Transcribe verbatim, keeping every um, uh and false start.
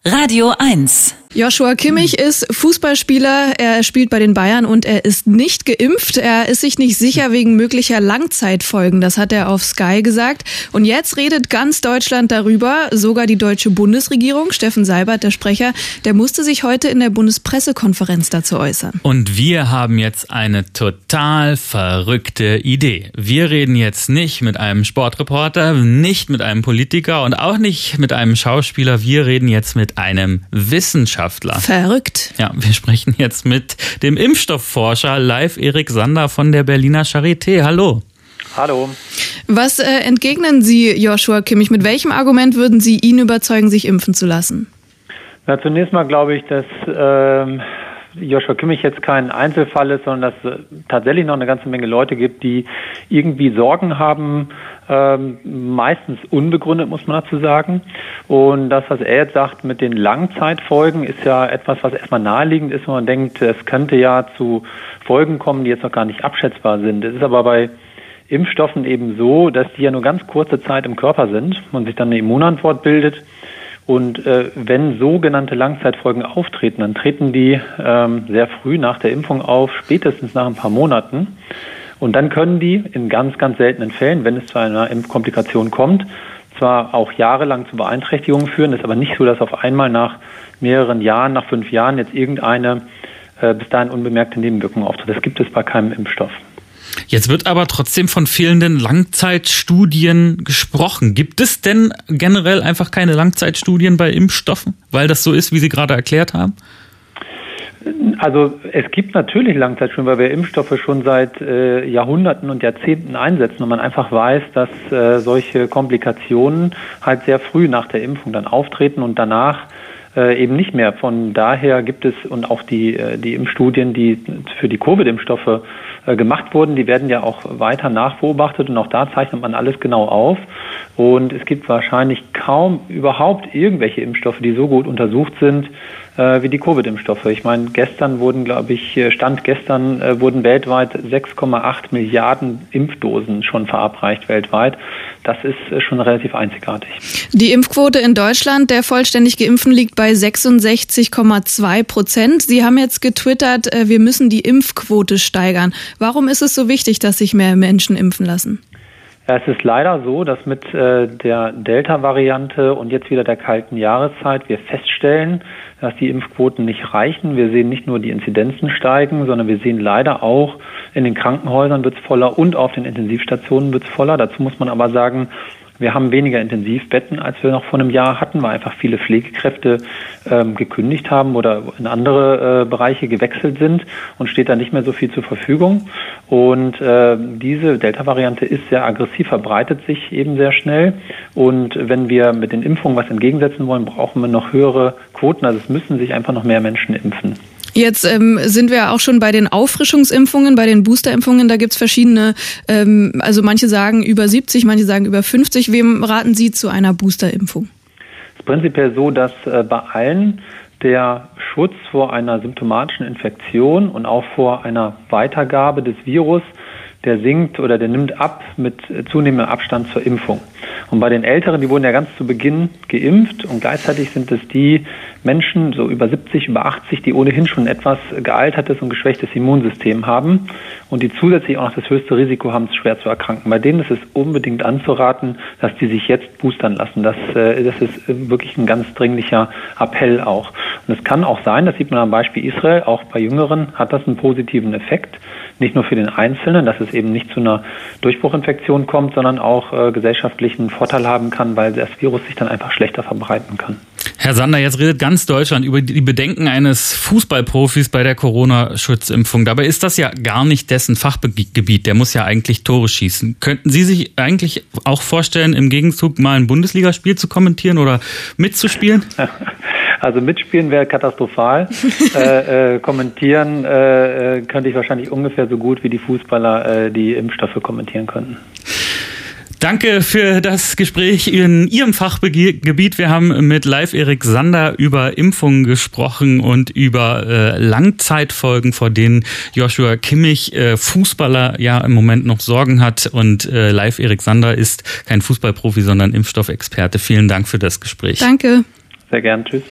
Radio eins. Joshua Kimmich ist Fußballspieler, er spielt bei den Bayern und er ist nicht geimpft. Er ist sich nicht sicher wegen möglicher Langzeitfolgen, das hat er auf Sky gesagt. Und jetzt redet ganz Deutschland darüber, sogar die deutsche Bundesregierung. Steffen Seibert, der Sprecher, der musste sich heute in der Bundespressekonferenz dazu äußern. Und wir haben jetzt eine total verrückte Idee. Wir reden jetzt nicht mit einem Sportreporter, nicht mit einem Politiker und auch nicht mit einem Schauspieler. Wir reden jetzt mit einem Wissenschaftler. Verrückt. Ja, wir sprechen jetzt mit dem Impfstoffforscher Leif-Erik Sander von der Berliner Charité. Hallo. Hallo. Was äh, entgegnen Sie Joshua Kimmich? Mit welchem Argument würden Sie ihn überzeugen, sich impfen zu lassen? Na, zunächst mal glaube ich, dass ähm, Joshua Kimmich jetzt kein Einzelfall ist, sondern dass es tatsächlich noch eine ganze Menge Leute gibt, die irgendwie Sorgen haben, ähm, meistens unbegründet, muss man dazu sagen. Und das, was er jetzt sagt mit den Langzeitfolgen, ist ja etwas, was erstmal naheliegend ist, wo man denkt, es könnte ja zu Folgen kommen, die jetzt noch gar nicht abschätzbar sind. Es ist aber bei Impfstoffen eben so, dass die ja nur ganz kurze Zeit im Körper sind und sich dann eine Immunantwort bildet. Und äh, wenn sogenannte Langzeitfolgen auftreten, dann treten die ähm, sehr früh nach der Impfung auf, spätestens nach ein paar Monaten. Und dann können die in ganz, ganz seltenen Fällen, wenn es zu einer Impfkomplikation kommt, zwar auch jahrelang zu Beeinträchtigungen führen, ist aber nicht so, dass auf einmal nach mehreren Jahren, nach fünf Jahren jetzt irgendeine äh, bis dahin unbemerkte Nebenwirkung auftritt. Das gibt es bei keinem Impfstoff. Jetzt wird aber trotzdem von fehlenden Langzeitstudien gesprochen. Gibt es denn generell einfach keine Langzeitstudien bei Impfstoffen, weil das so ist, wie Sie gerade erklärt haben? Also es gibt natürlich Langzeitstudien, weil wir Impfstoffe schon seit äh, Jahrhunderten und Jahrzehnten einsetzen und man einfach weiß, dass äh, solche Komplikationen halt sehr früh nach der Impfung dann auftreten und danach äh, eben nicht mehr. Von daher gibt es und auch die, äh, die Impfstudien, die für die Covid-Impfstoffe äh, gemacht wurden, die werden ja auch weiter nachbeobachtet und auch da zeichnet man alles genau auf. Und es gibt wahrscheinlich kaum überhaupt irgendwelche Impfstoffe, die so gut untersucht sind äh, wie die Covid-Impfstoffe. Ich meine, gestern wurden, glaube ich, Stand gestern äh, wurden weltweit sechs Komma acht Milliarden Impfdosen schon verabreicht weltweit. Das ist äh, schon relativ einzigartig. Die Impfquote in Deutschland der vollständig Geimpften liegt bei sechsundsechzig Komma zwei Prozent. Sie haben jetzt getwittert, äh, wir müssen die Impfquote steigern. Warum ist es so wichtig, dass sich mehr Menschen impfen lassen? Ja, es ist leider so, dass mit äh, der Delta-Variante und jetzt wieder der kalten Jahreszeit wir feststellen, dass die Impfquoten nicht reichen. Wir sehen nicht nur die Inzidenzen steigen, sondern wir sehen leider auch, in den Krankenhäusern wird es voller und auf den Intensivstationen wird es voller. Dazu muss man aber sagen, wir haben weniger Intensivbetten, als wir noch vor einem Jahr hatten, weil einfach viele Pflegekräfte ähm, gekündigt haben oder in andere äh, Bereiche gewechselt sind und steht da nicht mehr so viel zur Verfügung. Und äh, diese Delta-Variante ist sehr aggressiv, verbreitet sich eben sehr schnell. Und wenn wir mit den Impfungen was entgegensetzen wollen, brauchen wir noch höhere Quoten. Also es müssen sich einfach noch mehr Menschen impfen. Jetzt ähm, sind wir auch schon bei den Auffrischungsimpfungen, bei den Boosterimpfungen. Da gibt's verschiedene, ähm, also manche sagen über siebzig, manche sagen über fünfzig. Wem raten Sie zu einer Boosterimpfung? Es ist prinzipiell so, dass äh, bei allen der Schutz vor einer symptomatischen Infektion und auch vor einer Weitergabe des Virus, der sinkt oder der nimmt ab mit zunehmendem Abstand zur Impfung. Und bei den Älteren, die wurden ja ganz zu Beginn geimpft und gleichzeitig sind es die Menschen, so über siebzig, über achtzig, die ohnehin schon etwas gealtertes und geschwächtes Immunsystem haben und die zusätzlich auch noch das höchste Risiko haben, schwer zu erkranken. Bei denen ist es unbedingt anzuraten, dass die sich jetzt boostern lassen. Das, das ist wirklich ein ganz dringlicher Appell auch. Und es kann auch sein, das sieht man am Beispiel Israel, auch bei Jüngeren hat das einen positiven Effekt. Nicht nur für den Einzelnen, dass es eben nicht zu einer Durchbruchinfektion kommt, sondern auch äh, gesellschaftlichen Vorteil haben kann, weil das Virus sich dann einfach schlechter verbreiten kann. Herr Sander, jetzt redet ganz Deutschland über die Bedenken eines Fußballprofis bei der Corona-Schutzimpfung. Dabei ist das ja gar nicht dessen Fachgebiet. Der muss ja eigentlich Tore schießen. Könnten Sie sich eigentlich auch vorstellen, im Gegenzug mal ein Bundesligaspiel zu kommentieren oder mitzuspielen? Also mitspielen wäre katastrophal. äh, äh, kommentieren äh, könnte ich wahrscheinlich ungefähr so gut, wie die Fußballer äh, die Impfstoffe kommentieren könnten. Danke für das Gespräch in Ihrem Fachgebiet. Wir haben mit Leif-Erik Sander über Impfungen gesprochen und über äh, Langzeitfolgen, vor denen Joshua Kimmich, äh, Fußballer, ja im Moment noch Sorgen hat. Und äh, Leif-Erik Sander ist kein Fußballprofi, sondern Impfstoffexperte. Vielen Dank für das Gespräch. Danke. Sehr gern. Tschüss.